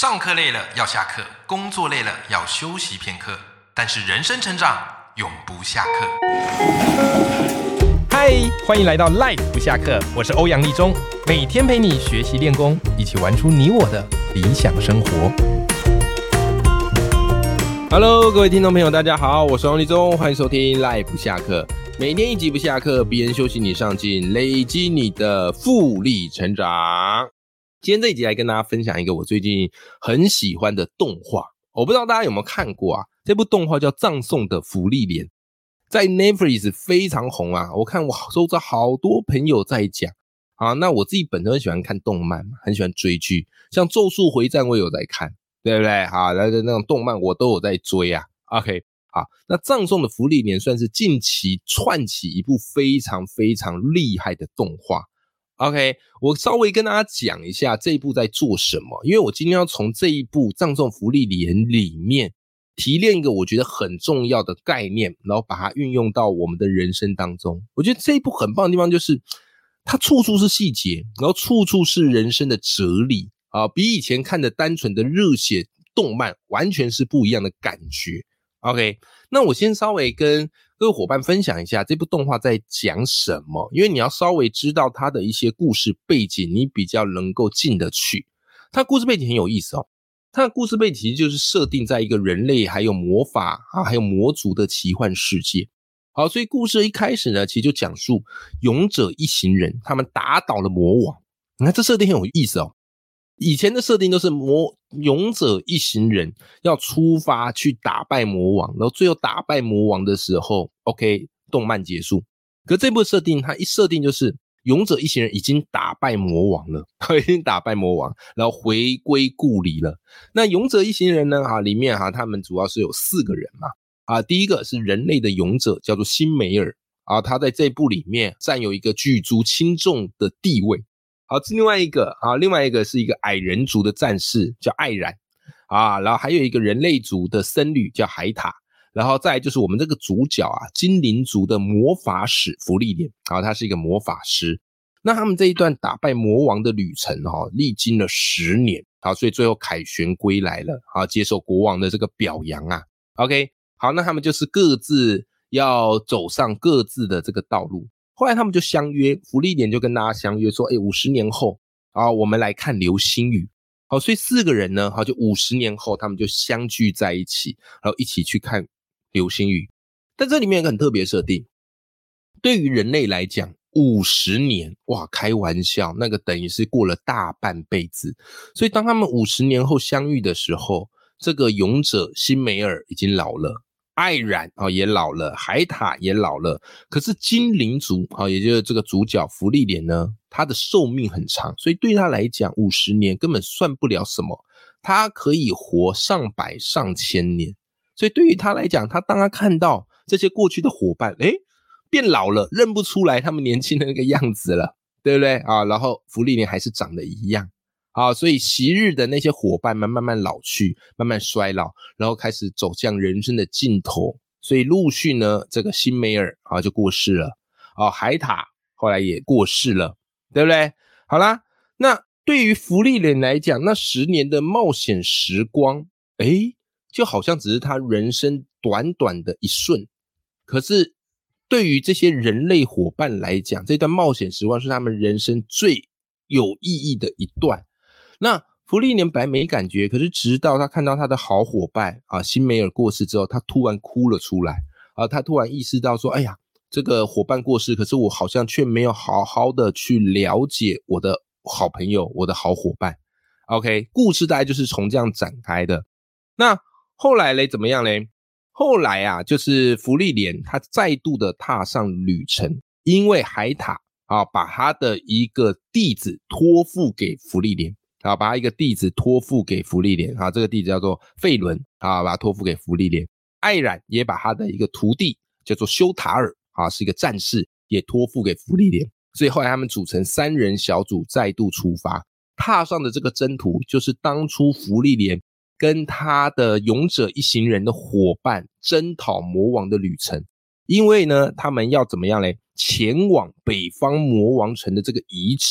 上课累了要下课，工作累了要休息片刻，但是人生成长永不下课。嗨，欢迎来到 Life 不下课，我是欧阳立中，每天陪你学习练功，一起玩出你我的理想生活。 Hello， 各位听众朋友，大家好，我是欧阳立中，欢迎收听 Life 不下课，每天一集不下课，别人休息你上进，累积你的复利成长。今天这一集来跟大家分享一个我最近很喜欢的动画，我不知道大家有没有看过啊？这部动画叫《葬送的芙莉莲》，在 Netflix 非常红啊，我看我周遭好多朋友在讲啊。那我自己本身很喜欢看动漫嘛，很喜欢追剧，像《咒术回战》我也有在看，对不对？好，那种动漫我都有在追啊。OK， 好，那《葬送的芙莉莲》算是近期串起一部非常非常厉害的动画。OK， 我稍微跟大家讲一下这一部在做什么，因为我今天要从这一部《葬送芙莉莲》里面提炼一个我觉得很重要的概念，然后把它运用到我们的人生当中。我觉得这一部很棒的地方就是它处处是细节，然后处处是人生的哲理啊，比以前看的单纯的热血动漫完全是不一样的感觉。OK， 那我先稍微跟各位伙伴分享一下这部动画在讲什么，因为你要稍微知道它的一些故事背景，你比较能够进得去。它故事背景很有意思哦，它的故事背景其实就是设定在一个人类还有魔法还有魔族的奇幻世界。好，所以故事一开始呢，其实就讲述勇者一行人他们打倒了魔王。你看这设定很有意思哦。以前的设定都是勇者一行人要出发去打败魔王，然后最后打败魔王的时候 OK 动漫结束。可这部设定它一设定就是勇者一行人已经打败魔王了，已经打败魔王，然后回归故里了。那勇者一行人呢里面他们主要是有4个人嘛第一个是人类的勇者叫做辛梅尔他在这部里面占有一个举足轻重的地位。好，另外一个是一个矮人族的战士叫艾然然后还有一个人类族的僧侣叫海塔，然后再来就是我们这个主角精灵族的魔法使芙莉莲他是一个魔法师。那他们这一段打败魔王的旅程历经了10年所以最后凯旋归来了接受国王的这个表扬OK， 好，那他们就是各自要走上各自的这个道路。后来他们就相约，芙莉莲就跟大家相约说50年后我们来看流星雨。好，所以4个人呢就50年后他们就相聚在一起，然后一起去看流星雨。但这里面有一个很特别的设定，对于人类来讲50年，哇，开玩笑，那个等于是过了大半辈子。所以当他们50年后相遇的时候，这个勇者辛梅尔已经老了，艾然也老了，海塔也老了，可是精灵族也就是这个主角芙莉莲呢，他的寿命很长，所以对他来讲50年根本算不了什么，他可以活上百上千年。所以对于他来讲，当他看到这些过去的伙伴变老了，认不出来他们年轻的那个样子了，对不对然后芙莉莲还是长得一样所以昔日的那些伙伴们慢慢老去，慢慢衰老，然后开始走向人生的尽头。所以陆续呢，这个辛梅尔就过世了海塔后来也过世了，对不对？好啦，那对于芙莉莲来讲，那10年的冒险时光就好像只是他人生短短的一瞬。可是对于这些人类伙伴来讲，这段冒险时光是他们人生最有意义的一段。那芙莉莲本来没感觉，可是直到他看到他的好伙伴辛梅尔过世之后，他突然哭了出来他突然意识到说，哎呀，这个伙伴过世，可是我好像却没有好好的去了解我的好朋友，我的好伙伴。OK， 故事大概就是从这样展开的。那后来嘞怎么样嘞？后来就是芙莉莲他再度的踏上旅程，因为海塔把他的一个弟子托付给芙莉莲把他一个弟子托付给芙莉莲这个弟子叫做费伦把他托付给芙莉莲。艾然也把他的一个徒弟叫做修塔尔是一个战士，也托付给芙莉莲。所以后来他们组成3人小组再度出发，踏上的这个征途就是当初芙莉莲跟他的勇者一行人的伙伴征讨魔王的旅程。因为呢他们要怎么样嘞？前往北方魔王城的这个遗址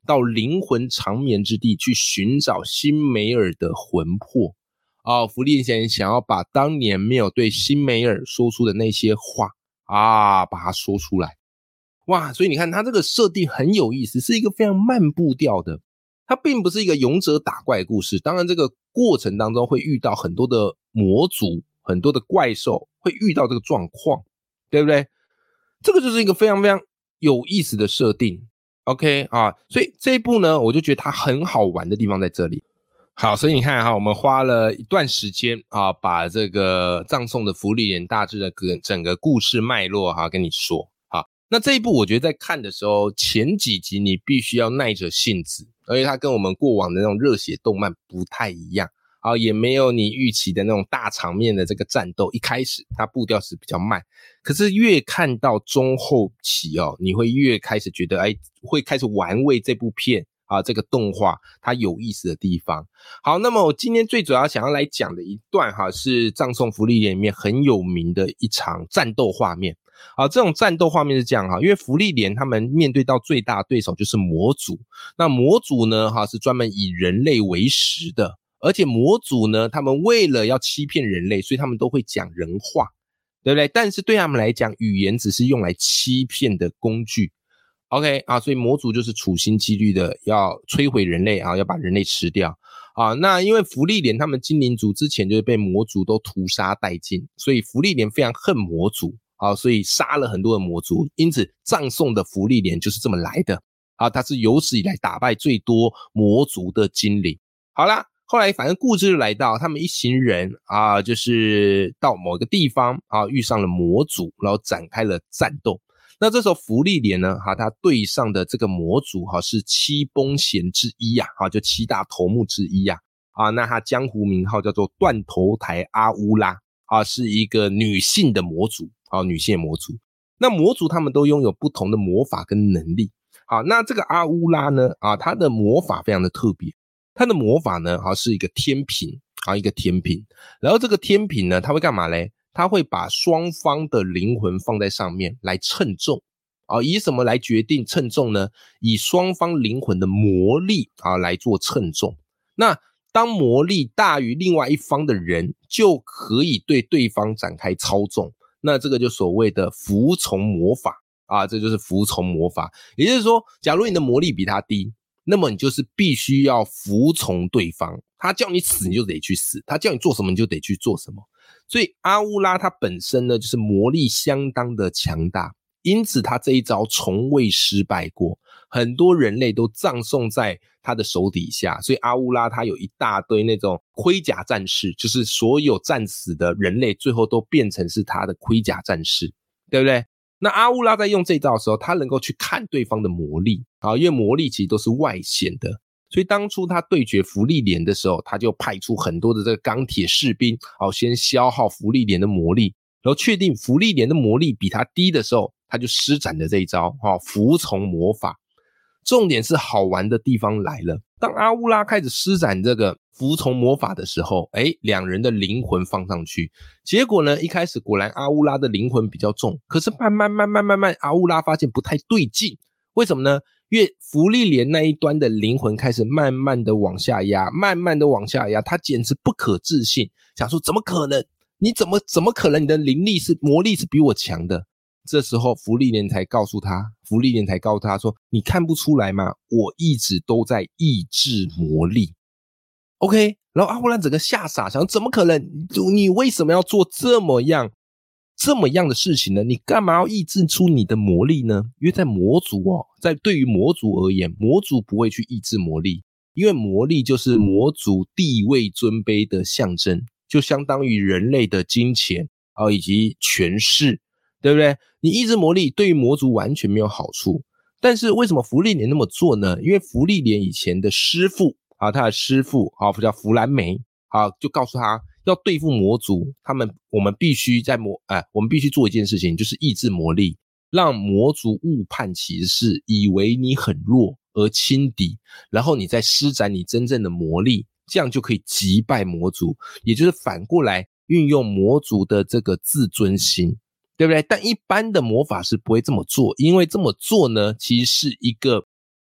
到灵魂长眠之地去寻找辛梅尔的魂魄。芙莉莲想要把当年没有对辛梅尔说出的那些话把它说出来。哇，所以你看它这个设定很有意思，是一个非常慢步调的，它并不是一个勇者打怪的故事。当然这个过程当中会遇到很多的魔族，很多的怪兽，会遇到这个状况，对不对？这个就是一个非常非常有意思的设定。 OK 所以这一部呢，我就觉得它很好玩的地方在这里。好，所以你看我们花了一段时间把这个葬送的芙莉莲大致的整个故事脉络跟你说。好，那这一部我觉得在看的时候，前几集你必须要耐着性子，而且它跟我们过往的那种热血动漫不太一样也没有你预期的那种大场面的这个战斗，一开始它步调是比较慢，可是越看到中后期你会越开始觉得会开始玩味这部片这个动画它有意思的地方。好，那么我今天最主要想要来讲的一段是葬送芙莉莲里面很有名的一场战斗画面。这种战斗画面是这样因为芙莉莲他们面对到最大的对手就是魔族，那魔族呢是专门以人类为食的，而且魔族呢他们为了要欺骗人类，所以他们都会讲人话，对不对？但是对他们来讲，语言只是用来欺骗的工具。OK 所以魔族就是处心积虑的要摧毁人类要把人类吃掉那因为芙莉莲他们精灵族之前就是被魔族都屠杀殆尽，所以芙莉莲非常恨魔族所以杀了很多的魔族，因此葬送的芙莉莲就是这么来的他是有史以来打败最多魔族的精灵。好啦，后来反正故事就来到他们一行人就是到某个地方遇上了魔族，然后展开了战斗。那这时候芙莉莲呢他对上的这个魔族是七崩贤之一就七大头目之一那他江湖名号叫做断头台阿乌拉是一个女性的魔族女性的魔族。那魔族他们都拥有不同的魔法跟能力。好，那这个阿乌拉呢他的魔法非常的特别，他的魔法呢是一个天平一个天平，然后这个天平呢他会干嘛嘞？他会把双方的灵魂放在上面来称重以什么来决定称重呢？以双方灵魂的魔力来做称重。那当魔力大于另外一方的人，就可以对对方展开操纵，那这个就所谓的服从魔法这就是服从魔法。也就是说，假如你的魔力比他低，那么你就是必须要服从对方，他叫你死你就得去死，他叫你做什么你就得去做什么。所以阿乌拉他本身呢就是魔力相当的强大，因此他这一招从未失败过，很多人类都葬送在他的手底下。所以阿乌拉他有一大堆那种盔甲战士，就是所有战死的人类最后都变成是他的盔甲战士，对不对？那阿乌拉在用这招的时候，他能够去看对方的魔力因为魔力其实都是外显的，所以当初他对决芙莉莲的时候，他就派出很多的这个钢铁士兵先消耗芙莉莲的魔力，然后确定芙莉莲的魔力比他低的时候，他就施展了这一招服从魔法。重点是好玩的地方来了，当阿乌拉开始施展这个服从魔法的时候，两人的灵魂放上去，结果呢一开始果然阿乌拉的灵魂比较重，可是慢慢阿乌拉发现不太对劲。为什么呢？因为芙莉莲那一端的灵魂开始慢慢的往下压，他简直不可置信，想说怎么可能？你怎么可能你的魔力是比我强的？这时候芙莉莲才告诉他说，你看不出来吗？我一直都在抑制魔力。 OK， 然后阿乌拉整个吓傻，想怎么可能？你为什么要做这么样的事情呢？你干嘛要抑制出你的魔力呢？因为在魔族对于魔族而言，魔族不会去抑制魔力，因为魔力就是魔族地位尊卑的象征，就相当于人类的金钱以及权势，对不对？你抑制魔力对于魔族完全没有好处。但是为什么芙莉莲那么做呢？因为芙莉莲以前的师父他的师父叫弗兰梅就告诉他，要对付魔族，我们必须做一件事情，就是抑制魔力，让魔族误判其事，以为你很弱而轻敌，然后你再施展你真正的魔力，这样就可以击败魔族，也就是反过来运用魔族的这个自尊心，对不对？但一般的魔法师不会这么做，因为这么做呢，其实是一个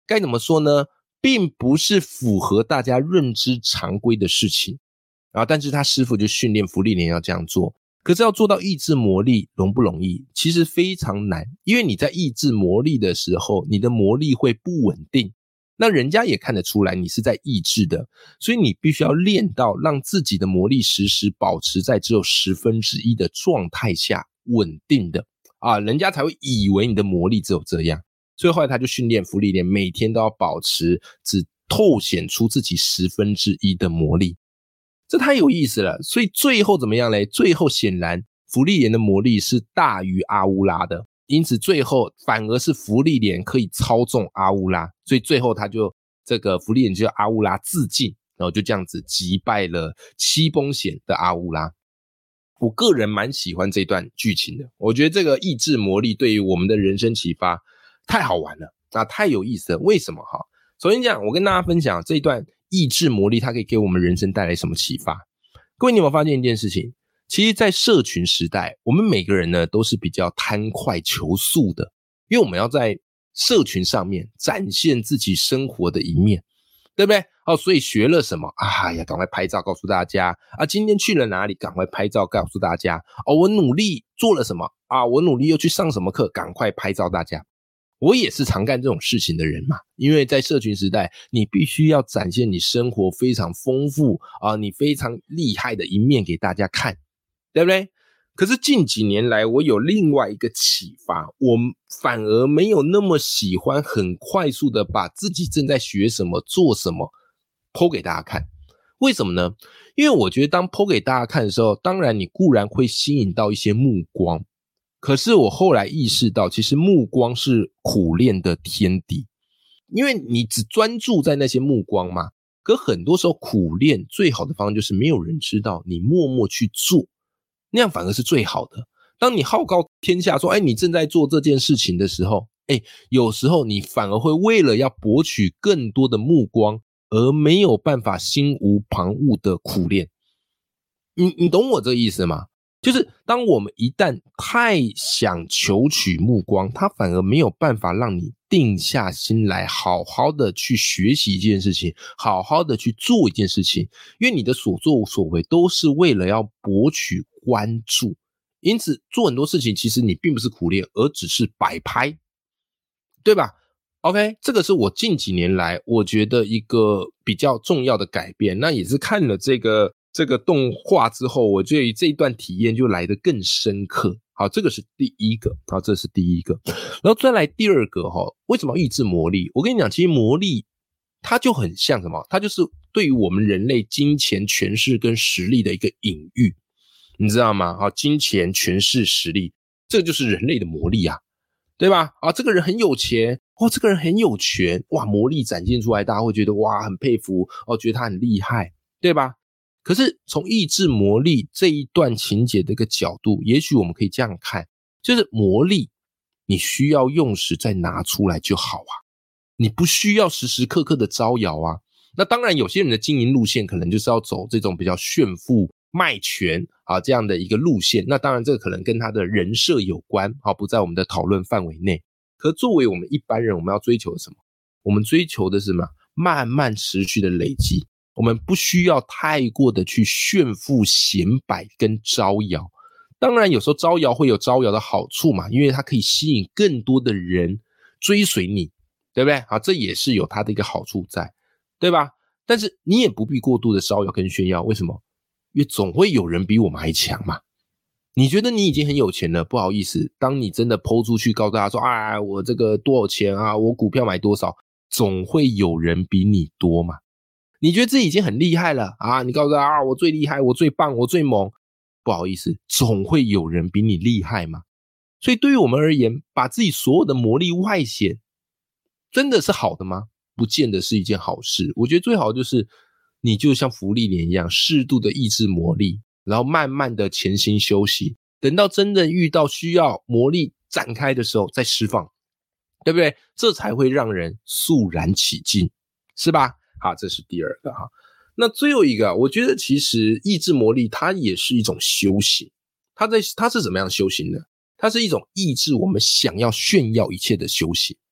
该怎么说呢？并不是符合大家认知常规的事情但是他师父就训练芙莉莲要这样做。可是要做到抑制魔力容不容易？其实非常难，因为你在抑制魔力的时候，你的魔力会不稳定，那人家也看得出来你是在抑制的，所以你必须要练到让自己的魔力时时保持在只有1/10的状态下稳定的人家才会以为你的魔力只有这样。所以后来他就训练芙莉莲每天都要保持只透显出自己1/10的魔力，这太有意思了。所以最后怎么样嘞？最后显然芙莉莲的魔力是大于阿乌拉的，因此最后反而是芙莉莲可以操纵阿乌拉，所以最后他就这个芙莉莲就叫阿乌拉自尽，然后就这样子击败了七崩险的阿乌拉。我个人蛮喜欢这段剧情的，我觉得这个抑制魔力对于我们的人生启发太好玩了太有意思了。为什么首先讲，我跟大家分享这一段抑制魔力它可以给我们人生带来什么启发。各位你有没有发现一件事情？其实在社群时代，我们每个人呢都是比较贪快求速的，因为我们要在社群上面展现自己生活的一面，对不对？所以学了什么赶快拍照告诉大家今天去了哪里，赶快拍照告诉大家我努力做了什么我努力又去上什么课，赶快拍照大家。我也是常干这种事情的人嘛，因为在社群时代，你必须要展现你生活非常丰富你非常厉害的一面给大家看，对不对？可是近几年来，我有另外一个启发，我反而没有那么喜欢很快速的把自己正在学什么做什么 po 给大家看。为什么呢？因为我觉得当 po 给大家看的时候，当然你固然会吸引到一些目光，可是我后来意识到，其实目光是苦练的天敌，因为你只专注在那些目光嘛。可很多时候苦练最好的方式就是没有人知道，你默默去做，那样反而是最好的。当你号告天下说你正在做这件事情的时候，有时候你反而会为了要博取更多的目光，而没有办法心无旁骛的苦练。你懂我这个意思吗？就是当我们一旦太想求取目光，它反而没有办法让你定下心来好好的去学习一件事情，好好的去做一件事情，因为你的所作所为都是为了要博取关注，因此做很多事情其实你并不是苦练，而只是摆拍，对吧？ OK， 这个是我近几年来我觉得一个比较重要的改变，那也是看了这个动画之后，我对于这一段体验就来得更深刻。好，这个是第一个，好，这是第一个。然后再来第二个为什么要抑制魔力？我跟你讲，其实魔力它就很像什么？它就是对于我们人类金钱、权势跟实力的一个隐喻，你知道吗？金钱、权势、实力，这就是人类的魔力对吧？这个人很有钱这个人很有权，哇，魔力展现出来，大家会觉得哇很佩服觉得他很厉害，对吧？可是从抑制魔力这一段情节的一个角度，也许我们可以这样看，就是魔力你需要用时再拿出来就好你不需要时时刻刻的招摇那当然有些人的经营路线可能就是要走这种比较炫富卖权这样的一个路线，那当然这个可能跟他的人设有关不在我们的讨论范围内。可作为我们一般人，我们要追求的什么？我们追求的是什么？慢慢持续的累积，我们不需要太过的去炫富显摆跟招摇。当然有时候招摇会有招摇的好处嘛，因为它可以吸引更多的人追随你，对不对？这也是有它的一个好处在，对吧？但是你也不必过度的招摇跟炫耀，为什么？因为总会有人比我们还强嘛。你觉得你已经很有钱了，不好意思，当你真的抛出去告诉大家说我这个多少钱我股票买多少，总会有人比你多嘛。你觉得自己已经很厉害了你告诉他我最厉害，我最棒，我最猛，不好意思，总会有人比你厉害嘛。所以对于我们而言，把自己所有的魔力外显，真的是好的吗？不见得是一件好事。我觉得最好就是你就像芙莉莲一样，适度的抑制魔力，然后慢慢的潜心休息，等到真的遇到需要魔力展开的时候再释放，对不对？这才会让人肃然起敬，是吧？好，这是第二个那最后一个我觉得其实抑制魔力它也是一种修行。它是怎么样修行呢？它是一种抑制我们想要炫耀一切的修行。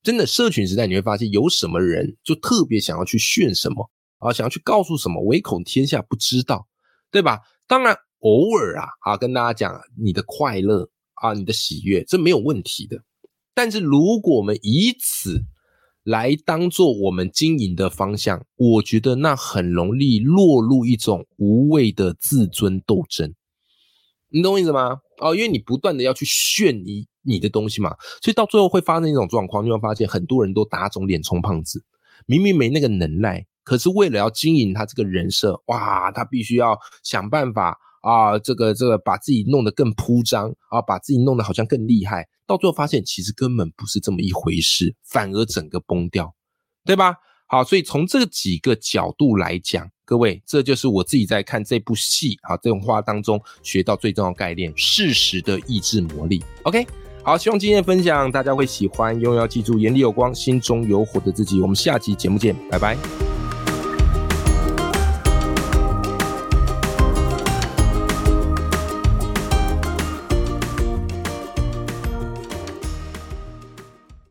真的社群时代你会发现有什么人就特别想要去炫什么想要去告诉什么，唯恐天下不知道，对吧？当然偶尔跟大家讲你的快乐你的喜悦，这没有问题的。但是如果我们以此来当做我们经营的方向，我觉得那很容易落入一种无谓的自尊斗争。你懂我意思吗？因为你不断的要去炫你的东西嘛，所以到最后会发生一种状况，你会发现很多人都打肿脸充胖子，明明没那个能耐，可是为了要经营他这个人设，哇，他必须要想办法这个把自己弄得更铺张把自己弄得好像更厉害，到最后发现其实根本不是这么一回事，反而整个崩掉，对吧？好，所以从这几个角度来讲，各位，这就是我自己在看这部戏这种话当中学到最重要的概念，适时的意志魔力。 OK， 好，希望今天的分享大家会喜欢，永远要记住眼里有光，心中有火的自己。我们下期节目见，拜拜。